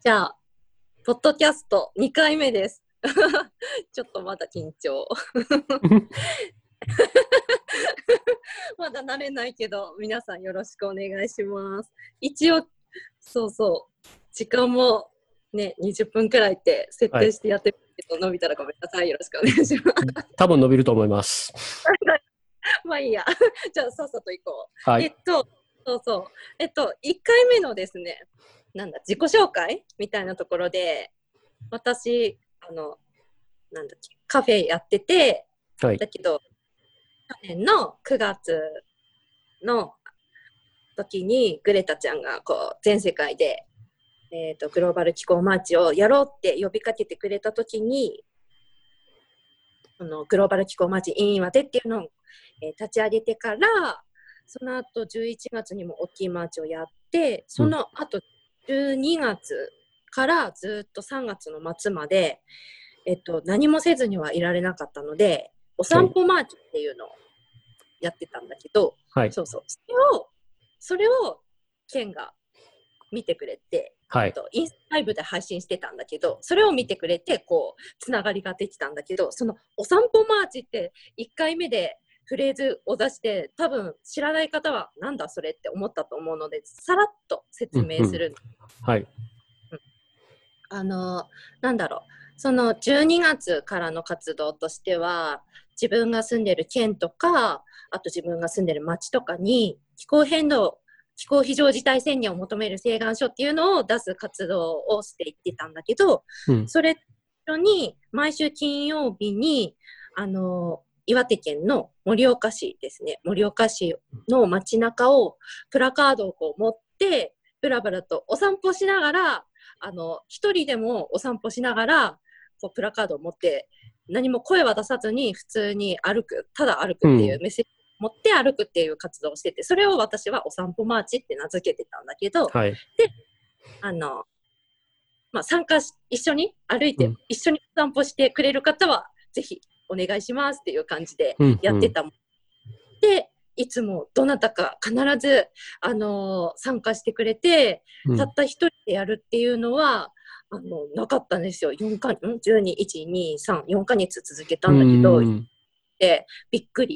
じゃあ、ポッドキャスト2回目です。ちょっとまだ緊張。まだ慣れないけど、皆さんよろしくお願いします。一応、時間もね、20分くらいって設定してやってるけど、伸びたらごめんなさい。よろしくお願いします。 多分伸びると思います。 まあいいや。じゃあ、さっさと行こう。 はい。 1回目のですね、自己紹介みたいなところで、私、カフェやってて、 はい。 だけど、去年の9月の時にグレタちゃんがこう全世界で、グローバル気候マーチをやろうって呼びかけてくれた時に、グローバル気候マーチ委員はでっていうのを、立ち上げてから、その後11月にも大きいマーチをやって、その後12月からずっと3月の末まで、何もせずにはいられなかったので、お散歩マーチっていうのをやってたんだけど、 はい。 それをケンが見てくれて、 はい。 インスタライブで配信してたんだけど、それを見てくれて、こう、つながりができたんだけど、そのお散歩マーチって1回目でフレーズを出して、多分知らない方はなんだそれって思ったと思うので、さらっと説明する。 はい。 その12月からの活動としては、自分が住んでる県とか、あと自分が住んでる町とかに気候非常事態宣言を求める請願書っていうのを出す活動をしていってたんだけど、それに毎週金曜日に岩手県の盛岡市ですね、盛岡市の街中をプラカードをこう持ってブラブラとお散歩しながら、一人でもお散歩しながらこうプラカードを持って何も声は出さずに普通にただ歩くっていうメッセージ持って歩くっていう活動をしてて、それを私はお散歩マーチって名付けてたんだけど、 はい、 で一緒に歩いて、一緒にお散歩してくれる方はぜひお願いしますっていう感じでやってたもん、でいつもどなたか必ず、参加してくれて、たった一人でやるっていうのはなかったんですよ。12、1、2、3、4ヶ月続けたんだけど、でびっくり。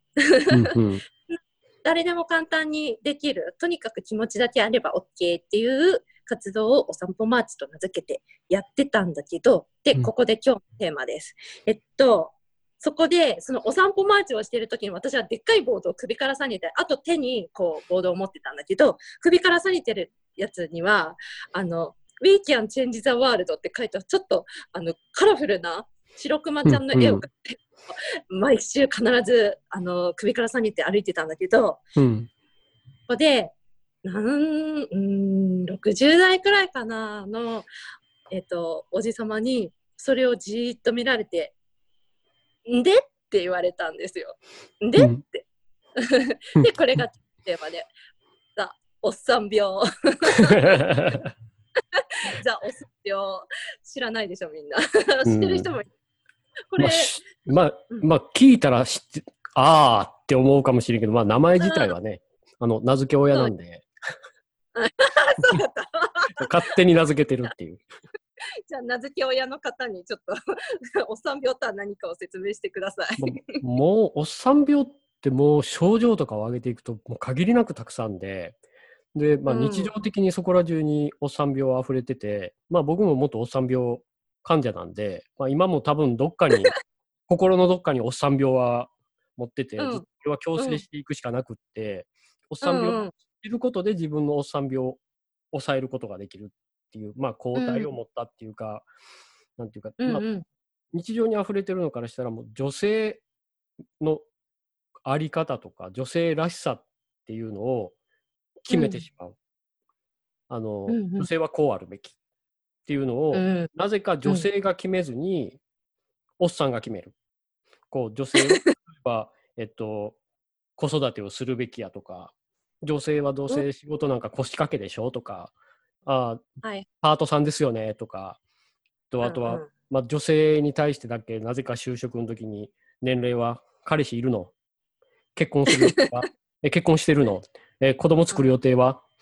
誰でも簡単にできる、とにかく気持ちだけあれば OK っていう活動をお散歩マーチと名付けてやってたんだけど、で、ここで今日のテーマです。そこで、そのお散歩マーチをしているときに私はでっかいボードを首から下げて、あと手にこうボードを持ってたんだけど、首から下げてるやつには、We can change the world って書いたちょっとカラフルな白熊ちゃんの絵を描いて、毎週必ず首から下げて歩いてたんだけど、ここで60代くらいかなの、おじさまにそれをじーっと見られて、んでって言われたんですよ。んでって。で、これがテーマで、ザ・おっさん病。ザ・おっさん病。知らないでしょ、みんな。知ってる人もいる。これ、 聞いたらあーって思うかもしれんけど、名前自体はね、名付け親なんで。 そうだった。 勝手に名付けてるっていう。 じゃあ名付け親の方にちょっとおっさん病とは何かを説明してください。 もうおっさん病ってもう症状とかを挙げていくともう限りなくたくさんで、日常的にそこら中におっさん病あふれてて、僕も元おっさん病患者なんで、今も多分どっかに心のどっかにおっさん病は持ってて、実は矯正していくしかなくって、おっさん病を知ることで自分のおっさん病を抑えることができるっていう、抗体を持ったっていうか、なんていうか、日常に溢れてるのからしたら、もう女性のあり方とか、女性らしさっていうのを決めてしまう。女性はこうあるべきっていうのを、なぜか女性が決めずに、おっさんが決める。こう女性は子育てをするべきやとか、女性はどうせ仕事なんか腰掛けでしょとか、パートさんですよねとか、あとは、女性に対してだけなぜか就職の時に年齢は彼氏いるの？結婚する予定は結婚してるの？子供作る予定は？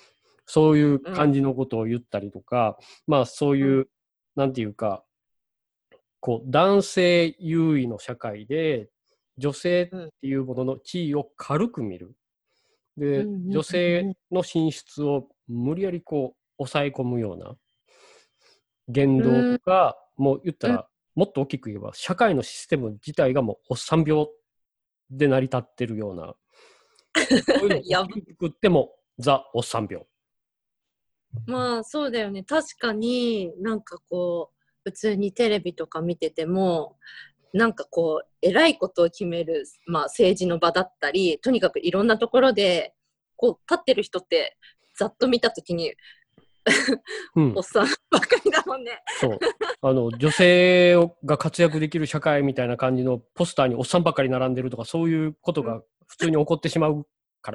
そういう感じのことを言ったりとか、まあそういう、なんていうか、こう男性優位の社会で女性っていうものの地位を軽く見る。で、女性の進出を無理やりこう抑え込むような言動とか、もう言ったら、もっと大きく言えば、社会のシステム自体がもうおっさん病で成り立ってるような、そういうのを大きくってもザ・おっさん病。 まあそうだよね。確かになんかこう、普通にテレビとか見てても、なんかこう、偉いことを決める、まあ政治の場だったり、とにかくいろんなところで、こう、立ってる人って、ざっと見たときに、おっさんばっかりだもんね。 そう。女性が活躍できる社会みたいな感じのポスターにおっさんばっかり並んでるとか、そういうことが普通に起こってしまうから。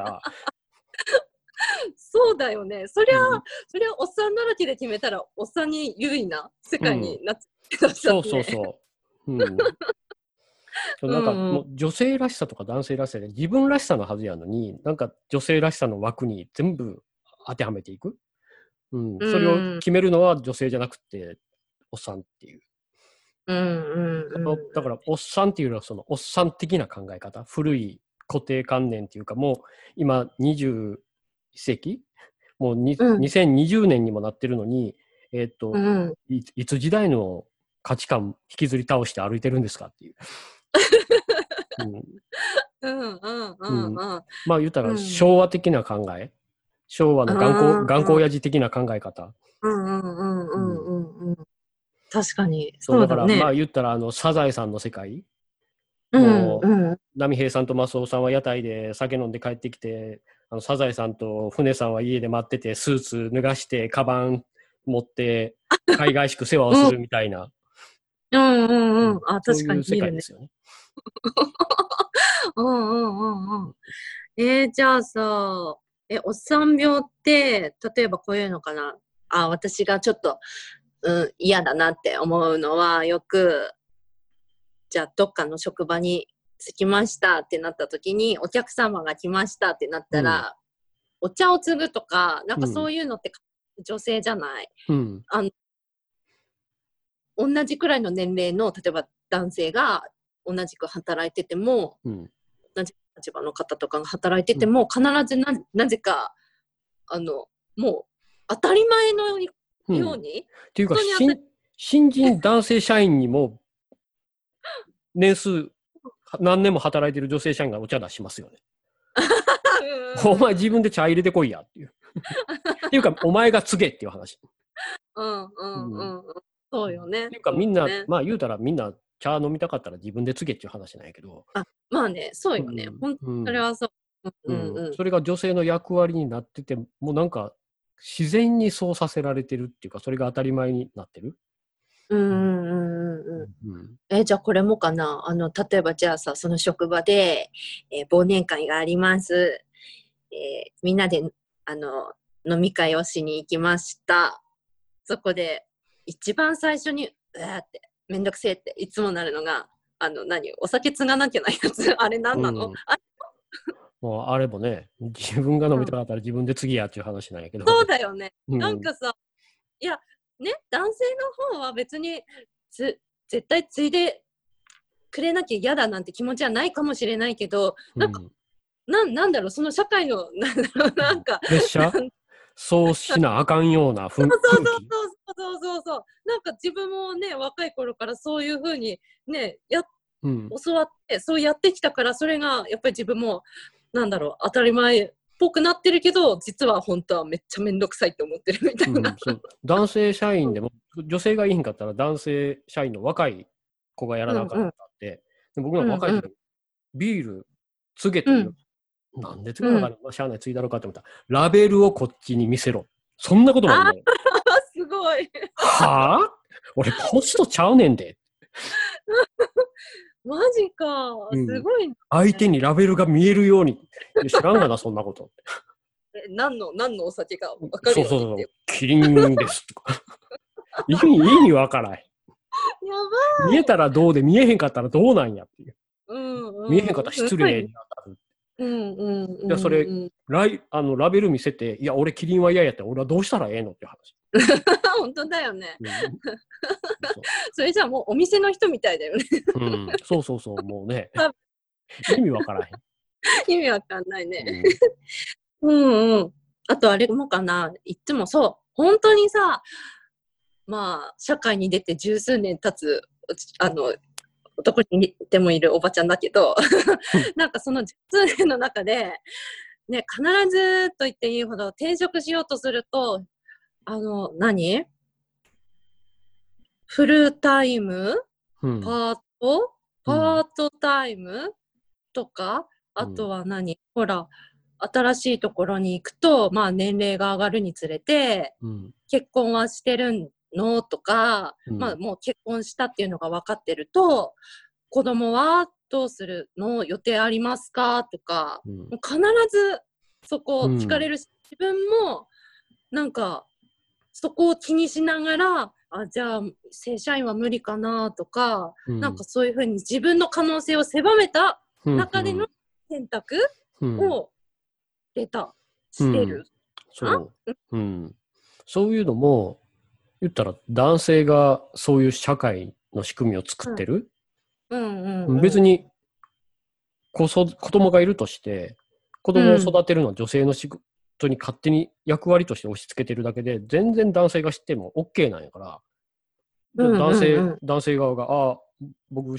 そうだよね。そりゃおっさんだらけで決めたら、おっさんに優位な世界になっちゃった、ね。 そうそうそう。なんかもう女性らしさとか男性らしさで自分らしさのはずやのに、なんか女性らしさの枠に全部当てはめていく。それを決めるのは女性じゃなくておっさんっていう。だからおっさんっていうのはそのおっさん的な考え方、古い固定観念っていうか、もう今21世紀もう2020年にもなってるのに、いつ時代の価値観引きずり倒して歩いてるんですかっていう。まあ言ったら昭和的な考え、昭和の頑固親父的な考え方。 確かに。 そうだからまあ言ったらサザエさんの世界。もう波平さんとマスオさんは屋台で酒飲んで帰ってきて、サザエさんと船さんは家で待ってて、スーツ脱がしてカバン持って海外しく世話をするみたいな。 確かに世界ですよね。 じゃあさ、おっさん病って、例えばこういうのかな。私がちょっと、嫌だなって思うのは、よく、じゃあどっかの職場に着きましたってなった時に、お客様が来ましたってなったら、お茶を継ぐとか、なんかそういうのって女性じゃない。同じくらいの年齢の、例えば男性が同じく働いてても、同じ立場の方とかが働いてても、必ずなぜか、もう当たり前のように。 っていうか、新人男性社員にも、年数、何年も働いてる女性社員がお茶出しますよね。お前自分で茶入れてこいやっていう。っていうか、お前が継げっていう話。 そうよね。 っていうか、みんな、まあ言うたらみんな茶飲みたかったら自分で継げっていう話なんやけど。 まあね、そうよね。本当それはそう。 それが女性の役割になってて、もうなんか自然にそうさせられてるっていうか、それが当たり前になってる。 じゃあこれもかな。例えばじゃあさ、その職場で、忘年会があります。みんなで、飲み会をしに行きました。そこで、一番最初に、ってめんどくせえっていつもなるのが、お酒継がなきゃないやつ、あれ何なの？ もうあれもね、自分が飲みたかったら自分で次やっていう話なんやけど。 そうだよね。なんかさ、いや、ね、男性の方は別に絶対継いでくれなきゃ嫌だなんて気持ちはないかもしれないけど、なんか、なんだろう、その社会の、なんか。 プレッシャー？そうしなあかんような雰囲気。 そう。なんか自分もね、若い頃からそういうふうにね、教わって、そうやってきたから、それがやっぱり自分も、なんだろう、当たり前っぽくなってるけど、実は本当はめっちゃめんどくさいって思ってるみたいな。 男性社員でも、女性がいいんかったら男性社員の若い子がやらなかったって、僕の若い時、ビールつげてる。なんでつげなかったの？しゃあないついだろうかって思ったら、ラベルをこっちに見せろ。そんなことまでない。 すごい。 はぁ？俺ポストちゃうねんで。 マジか。すごい、ね。 相手にラベルが見えるように。知らんがな、そんなこと。 何のお酒か分かるように。 そう。キリンですとか。意味わからない。 やばい。 見えたらどうで見えへんかったらどうなんやっていう。見えへんかったら失礼に当たる。 うんうんうんじゃあそれうん。 ラベル見せて、いや、俺キリンは嫌やって、俺はどうしたらええのって話。 本当だよね。 うん、そそれじゃあもうお店の人みたいだよね。 う、うん、そうそうそう、もうね、意味わからへん。 意味わかんないね。 うん、 うんうん。あとあれもかな。いつもそう。本当にさ、まあ、社会に出て十数年経つ、男にでもいるおばちゃんだけど、なんかその十数年の中で、ね、必ずと言っていいほど転職しようとすると、何フルタイムうん、 パートうん、 パートタイムとか、あとうん、 はほら、新しいところに行くと、まあ年齢が上がるにつれて、 うん、 結婚はしてるのとか、 うん、 まあもう結婚したっていうのが分かってると、子供はどうするの予定ありますかとか、 うん、 もう必ずそこを聞かれるし、自分もなんかそこを気にしながら、じゃあ正社員は無理かなとか、 うん、 なんかそういうふうに自分の可能性を狭めたうん、 中での選択うん、 をうん、 してるな。 そう、うん。そういうのも、言ったら男性がそういう社会の仕組みを作ってる。 うんうんうん別に子供がいるとして、子供をうん育てるのは女性の仕事に勝手に役割として押し付けてるだけで、全然男性が知っても OK なんやから、じゃあうんうんうん男性側が、僕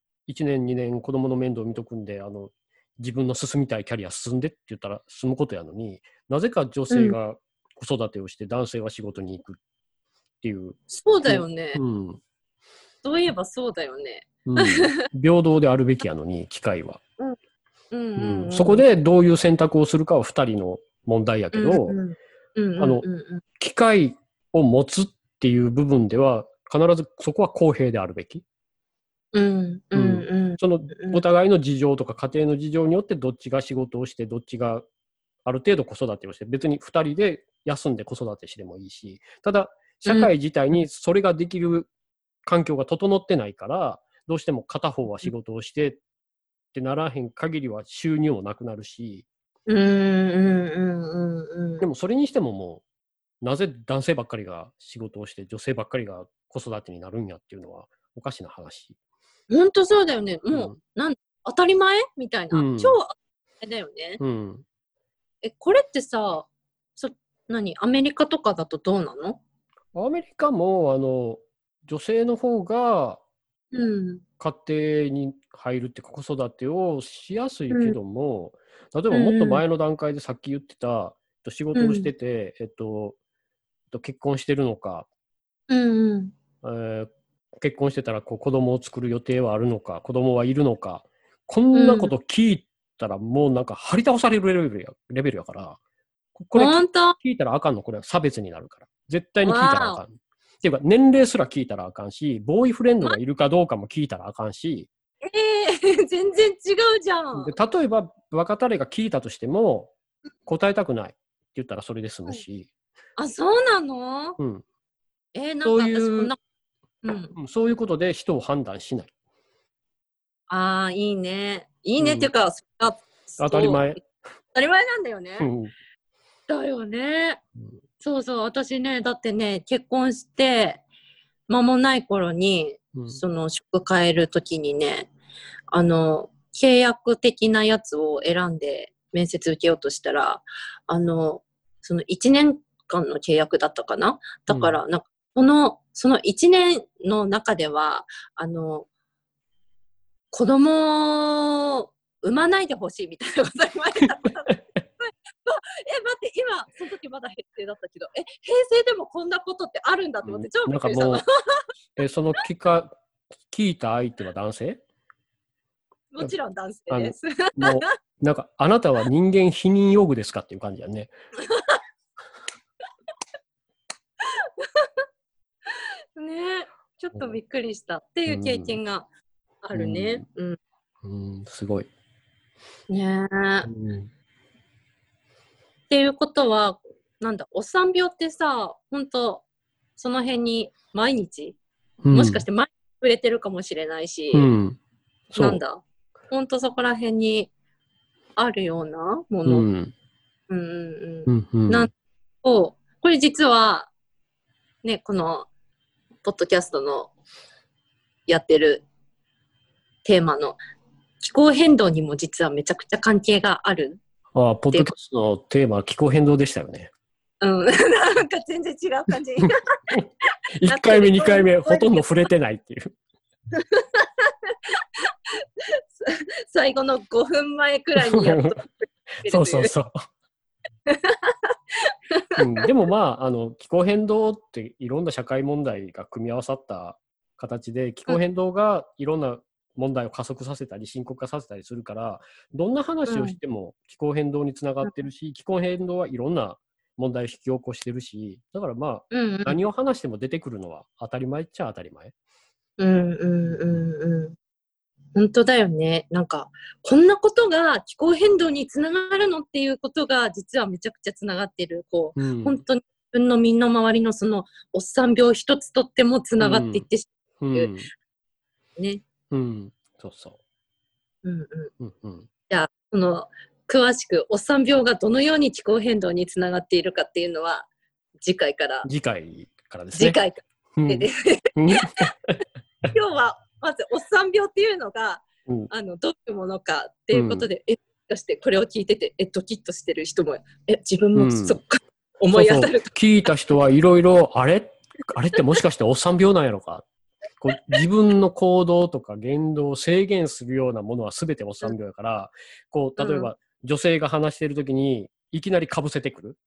1年、2年子供の面倒見とくんで、自分の進みたいキャリア進んでって言ったら進むことやのに、なぜか女うん。 性が子育てをして男性は仕事に行くっていう、 そうだ今日、 よね。 うん、 そういえばそうだよね。 うん、平等であるべきやのに、機会は。 うんうんうん、そうんうんこでどういう選択をするかは2人の問題やけうんど、 うんうんあの、 うん機会を持つっていう部分では、必ずそこは公平であるべき。 うんううん。 んそのうんお互いの事情とか家庭の事情によってどっちが仕事をして、どっちがある程度子育てをして、別に2人で休んで子育てしてもいいし、ただ、社うん会自体にそれができる環境が整ってないから、どうしても片方は仕事をしてってならへん限りは収入もなくなるし、 うんうんうんでもそれにしてももう、なぜ男性ばっかりが仕事をして、女性ばっかりが子育てになるんやっていうのはおかしな話。 本当そうだよね。もう、 うん。 当たり前みたいな。超うん。 当たり前だよね。 うん。 これってさ、そ、アメリカとかだとどうなの？ アメリカも、女性の方がうん。 家庭に入るっていうか子育てをしやすいけうん。 ども、例えばもっとうん。 前の段階でさっき言ってた、仕事をしうん。 てて、結婚してるのか、 うん。 結婚してたら子供を作る予定はあるのか、子供はいるのか、こんなうん。 こと聞いたらもうなんか張り倒されるレベルやから、これ聞本当？ いたらあかんの、これは差別になるから。絶対に聞いたらあわーお。 かん。っていうか、年齢すら聞いたらあかんし、ボーイフレンドま、 がいるかどうかも聞いたらあかんし、 全然違うじゃで、 ん。 例えば若タレが聞いたとしても、答えたくないって言ったらそれで済むし、 そうなの？ うん。 なんそうか私こいう、 んな、うん。 そういうことで人を判断しない。 いいね。いいうん。 ねっていうか、そう、 当たり前。 当たり前なんだよね。 うん。 だよね。 うん。 そうそう、私ね、だってね、結婚して間もない頃に、 うん。 その職変えるときにね、契約的なやつを選んで面接受けようとしたら、あの、その1年間の契約だったかな。 うん。 だから、なんか、その1年の中では、子供を産まないでほしいみたいなこと言われたことが、待って、今、その時まだ平成だったけど、平成でもこんなことってあるんだと思って超なんびっくりしたの。 かもその聞いた相手は男性？ もちろん男性あの、 です。 もなんか、あなたは人間否認用具ですかっていう感じやね。 ね、ちょっとびっくりしたっていう経うん。 験があうん。 るね。うん。 うん。すごい。 ねえ。っうん。 ていうことは、お産病ってさ、ほんと、その辺に毎日、 うん。 もしかして毎日触れてるかもしれないし、 うん。そほんとそこら辺にあるようなもの。 うん。 うんうんうん。うなんん。 と、これ実は、ね、この、ポッドキャストのやってるテーマの気候変動にも実はめちゃくちゃ関係があるああ、ポッっていう。 ドキャストのテーマは気候変動でしたよね。 なんか全然違う感じにな 1回目、 ってる。 2回目、ほとんど触れてないっていう。 最後の5分前くらいにやっとそうそうそう。うん、でもまあ、気候変動っていろんな社会問題が組み合わさった形で、気候変動がいろんな問題を加速させたり深刻化させたりするから、どんな話をしても気候変動につながってるし、気候変動はいろんな問題を引き起こしてるし、だからまあ、何を話しても出てくるのは当たり前っちゃ当たり前。 本当だよね。なんか、こんなことが気候変動につながるのっていうことが、実はめちゃくちゃつながってる。こう、本当に自分の身の回りのその、おっさん病一つとってもつながっていってしまう。ね。 そうそう。じゃあ、その、詳しく、おっさん病がどのように気候変動につながっているかっていうのは、次回からですね。 次回から。今日はまずおっさん病っていうのが、どういうものかっていうことで、もしかしてこれを聞いててドキッとしてる人も自分もそっか思い当たると、 そう聞いた人はいろいろあれってもしかしておっさん病なんやろか、こう自分の行動とか言動を制限するようなものは全ておっさん病やから、こう例えば、女性が話している時にいきなりかぶせてくる。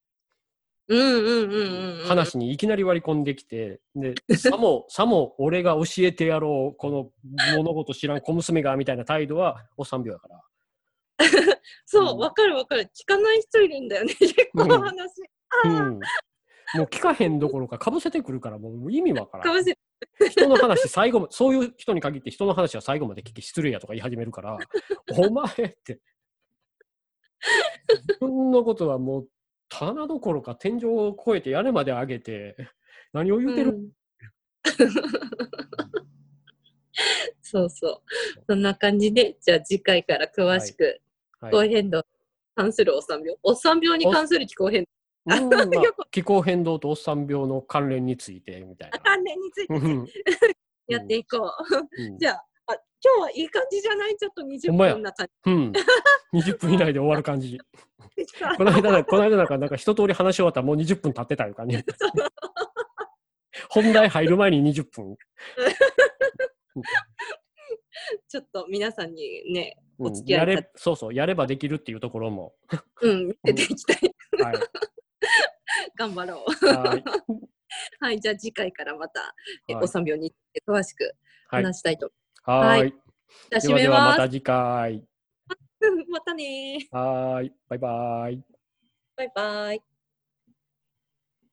話にいきなり割り込んできて、でさも俺が教えてやろう、この物事知らん小娘がみたいな態度はおっさん病やから。 そう、わかるわかる。聞かない人いるんだよね、結構話。 もう聞かへんどころかかぶせてくるから、もう意味わからん。人の話最後、そういう人に限って人の話は最後まで聞き失礼やとか言い始めるから、お前って自分のことはもう棚どころか天井を越えて屋根まで上げて何を言うてる、 そうそう。そんな感じで、じゃあ次回から詳しく気候変動に関するおっさん病。おっさん病に関する気候変動。 気候変動とおっさん病の関連についてみたいな。 関連についてやっていこう。じゃあ、今日はいい感じじゃない？ちょっと20分な感じ。20分以内で終わる感じ。この間なんか一通り話し終わったらもう20分経ってたいう感じ。本題入る前に20分。 ちょっと皆さんにね、お付き合いやればできるっていうところも。 見せていきたい。頑張ろう。はい、じゃあ次回からまた、お産病について詳しく話したいと思います。はい。じゃあ締めます。 ではまた次回。 またね。 バイバイ。 バイバイ。